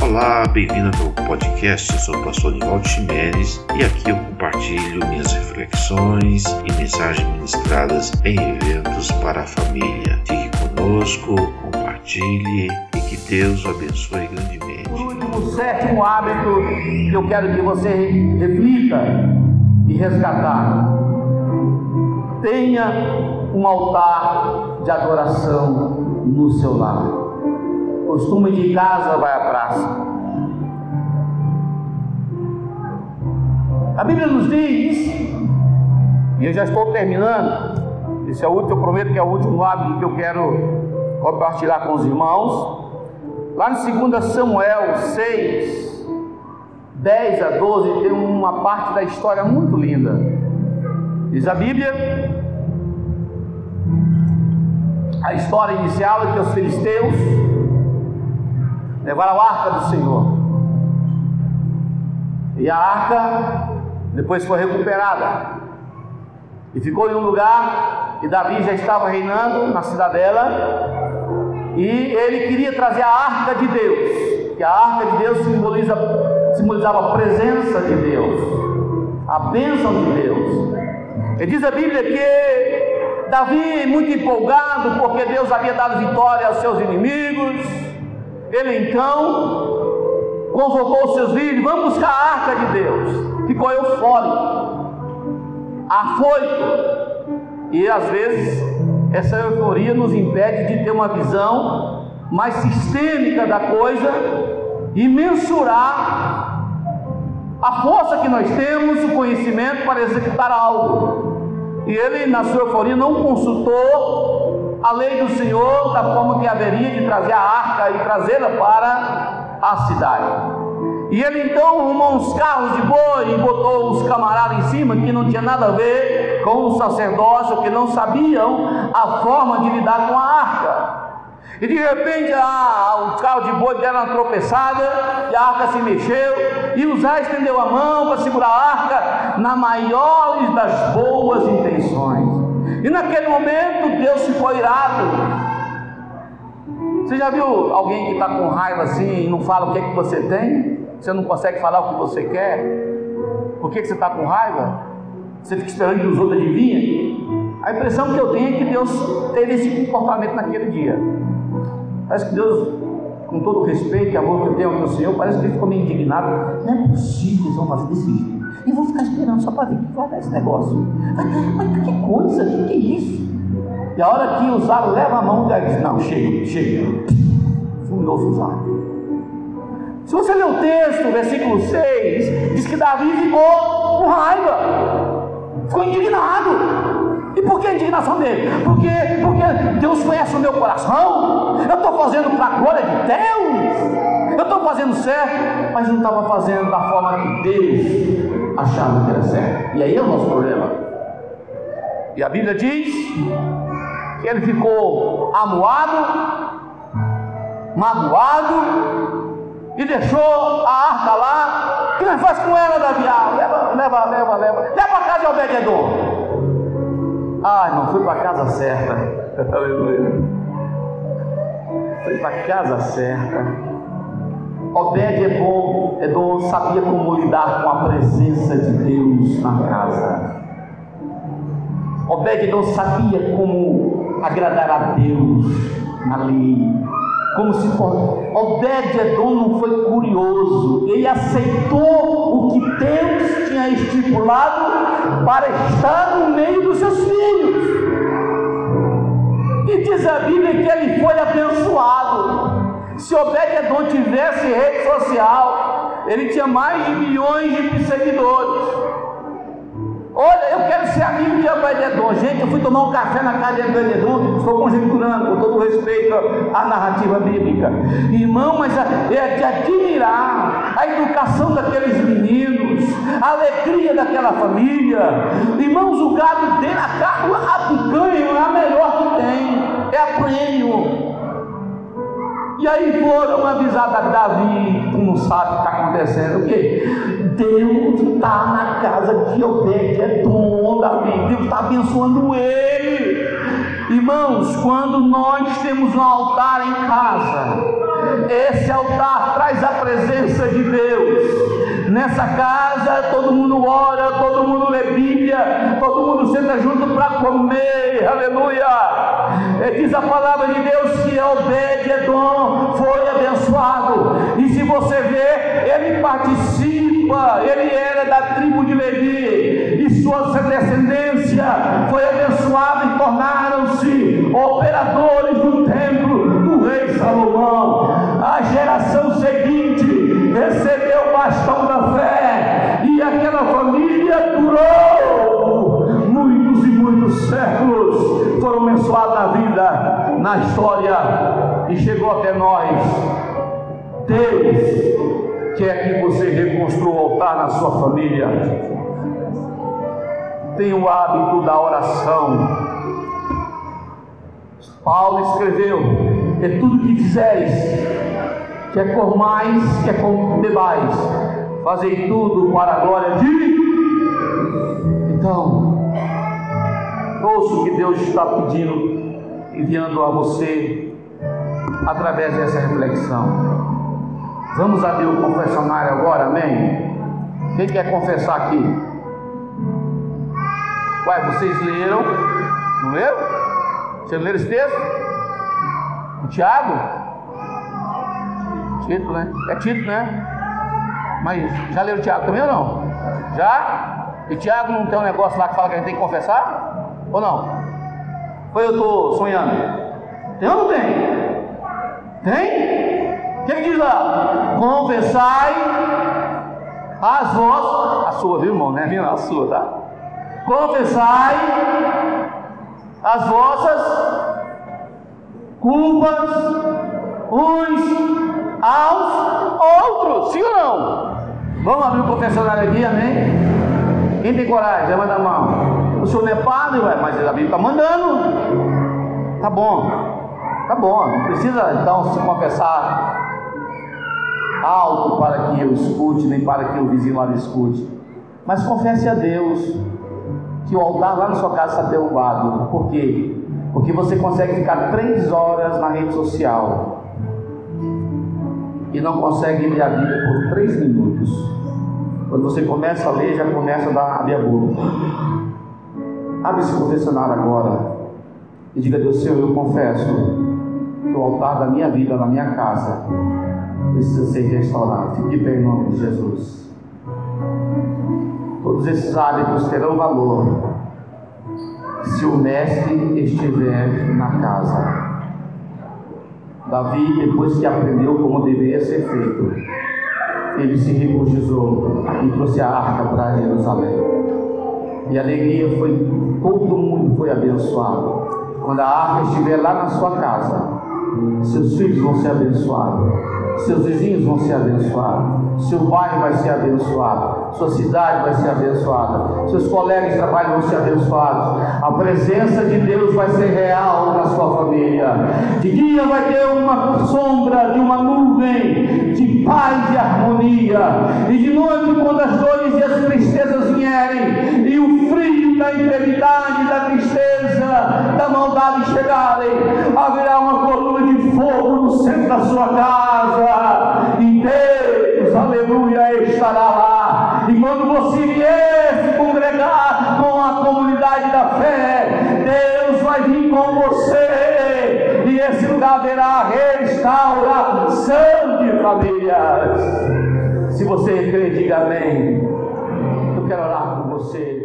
Olá, bem-vindo ao meu podcast. Eu sou o pastor Nivaldo Ximenes e aqui eu compartilho minhas reflexões e mensagens ministradas em eventos para a família. Fique conosco, compartilhe e que Deus o abençoe grandemente. Por último, o sétimo hábito que eu quero que você reflita e resgatar: tenha um altar de adoração no seu lar. Costume de casa, vai à praça. A Bíblia nos diz, e eu já estou terminando, esse é o último, eu prometo que é o último hábito que eu quero compartilhar com os irmãos. Lá em 2 Samuel 6, 10 a 12, tem uma parte da história muito linda. Diz a Bíblia, a história inicial é que os filisteus levaram a arca do Senhor, e a arca depois foi recuperada e ficou em um lugar, e Davi já estava reinando na cidadela, e ele queria trazer a arca de Deus, que a arca de Deus simbolizava a presença de Deus, a bênção de Deus. E diz a Bíblia que Davi, muito empolgado porque Deus havia dado vitória aos seus inimigos, ele então convocou os seus filhos: vamos buscar a arca de Deus. Ficou eufórico, afoito, e às vezes essa euforia nos impede de ter uma visão mais sistêmica da coisa e mensurar a força que nós temos, o conhecimento para executar algo. E ele, na sua euforia, não consultou a lei do Senhor da forma que haveria de trazer a arca e trazê-la para a cidade. E ele então arrumou uns carros de boi e botou os camaradas em cima, que não tinha nada a ver com o sacerdócio, que não sabiam a forma de lidar com a arca. E de repente os carros de boi deram uma tropeçada, e a arca se mexeu, e Uzá estendeu a mão para segurar a arca na maior das boas intenções. E naquele momento Deus ficou irado. Você já viu alguém que está com raiva assim e não fala o que é que você tem? Você não consegue falar o que você quer? Por que você está com raiva? Você fica esperando que os outros adivinhem? A impressão que eu tenho é que Deus teve esse comportamento naquele dia. Parece que Deus, com todo o respeito e amor que eu tenho ao meu Senhor, parece que ele ficou meio indignado. Não é possível que eles vão fazer desse jeito. E vou ficar esperando só para ver o que vai dar esse negócio. Mas que coisa, que é isso? E a hora que Uzá leva a mão, ele diz: não, chega. Fulminou Uzá. Se você ler o texto, versículo 6, diz que Davi ficou com raiva, ficou indignado. E por que a indignação dele? Porque Deus conhece o meu coração. Eu estou fazendo para a glória de Deus, eu estou fazendo certo, mas não estava fazendo da forma que Deus achava que era certo. E aí é o nosso problema. E a Bíblia diz que ele ficou amuado, magoado, e deixou a arca lá. O que nós faz com ela, Davi? Leva para casa de Obed-Edom. Irmão, fui para a casa certa. Aleluia. Fui para a casa certa. Obed-Edom sabia como lidar com a presença de Deus na casa. Obed-Edom sabia como agradar a Deus ali. Obed-Edom não foi curioso, ele aceitou o que Deus tinha estipulado para estar no meio dos seus filhos. E diz a Bíblia que ele foi abençoado. Se Obed-Edom tivesse rede social, ele tinha mais de milhões de seguidores. Olha, eu quero ser amigo de Obed-Edom. Gente, eu fui tomar um café na casa de Obed-Edom, estou conjecturando, com todo respeito à narrativa bíblica. Irmão, mas é de admirar a educação daqueles meninos, a alegria daquela família. Irmãos, o gado dele, a picanha é a melhor que tem, é a prêmio. E aí foram avisar Davi: tu não sabe o que está acontecendo. O quê? Deus está na casa de Obed-Edom, Davi. Deus está abençoando ele. Irmãos, quando nós temos um altar em casa, esse altar traz a presença presença de Deus. Nessa casa todo mundo ora, todo mundo lê Bíblia, todo mundo senta junto para comer, aleluia. Diz a palavra de Deus que Obed-Edom foi abençoado, e se você ver, ele participa, ele era da tribo de Levi, e sua descendência foi abençoada e tornaram-se operadores do templo do rei Salomão. A geração seguinte recebeu o bastão da fé, e aquela família durou muitos e muitos séculos, foram abençoados na vida, na história, e chegou até nós. Deus quer que você reconstrua o altar na sua família. Tenha o hábito da oração. Paulo escreveu: é tudo que fizeres, quer comais, quer bebais, fazei tudo para a glória de... Então, ouça o que Deus está pedindo, enviando a você através dessa reflexão. Vamos abrir o confessionário agora, amém? Quem quer confessar aqui? Ué, vocês leram? Não leram? Vocês leram esse texto? O Tiago? Tito, né? É Tito, né? Mas já leram o Tiago também ou não? Já? E Tiago não tem um negócio lá que fala que a gente tem que confessar? Ou não? Ou eu estou sonhando? Tem ou não tem? Tem? O que diz lá? Confessai as vossas... A sua, viu, irmão? Não é minha, a sua, tá? Confessai as vossas culpas uns aos outros, sim ou não? Vamos abrir o confessionário aqui, amém? Quem tem coragem? Levanta a mão. O senhor não é padre, ué, mas a Bíblia está mandando. Tá bom, não precisa então se confessar alto para que eu escute, nem para que o vizinho lá escute, mas confesse a Deus que o altar lá na sua casa está derrubado. Por quê? Porque você consegue ficar 3 horas na rede social e não consegue ler a Bíblia por 3 minutos. Quando você começa a ler, já começa a abrir a boca. Abre esse confessionário agora e diga a Deus: Senhor, eu confesso que o altar da minha vida, na minha casa, precisa ser restaurado. Fique de pé em nome de Jesus. Todos esses hábitos terão valor se o mestre estiver na casa. Davi, depois que aprendeu como deveria ser feito, ele se regozijou e trouxe a arca para Jerusalém. E a alegria foi, todo mundo foi abençoado. Quando a arca estiver lá na sua casa, seus filhos vão ser abençoados, seus vizinhos vão ser abençoados, seu bairro vai ser abençoado, sua cidade vai ser abençoada, seus colegas de trabalho vão ser abençoados. A presença de Deus vai ser real na sua família. De dia vai ter uma sombra de uma nuvem de paz e harmonia, e de noite, quando as dores e as tristezas vierem, e o frio da enfermidade, da tristeza, da maldade chegarem, haverá uma coluna de fogo no centro da sua casa, e Deus, aleluia, estará lá. E quando você vier se congregar com a comunidade da fé, Deus vai vir com você, e esse lugar haverá restauração de famílias. Se você crê, diga amém. Eu quero orar com você.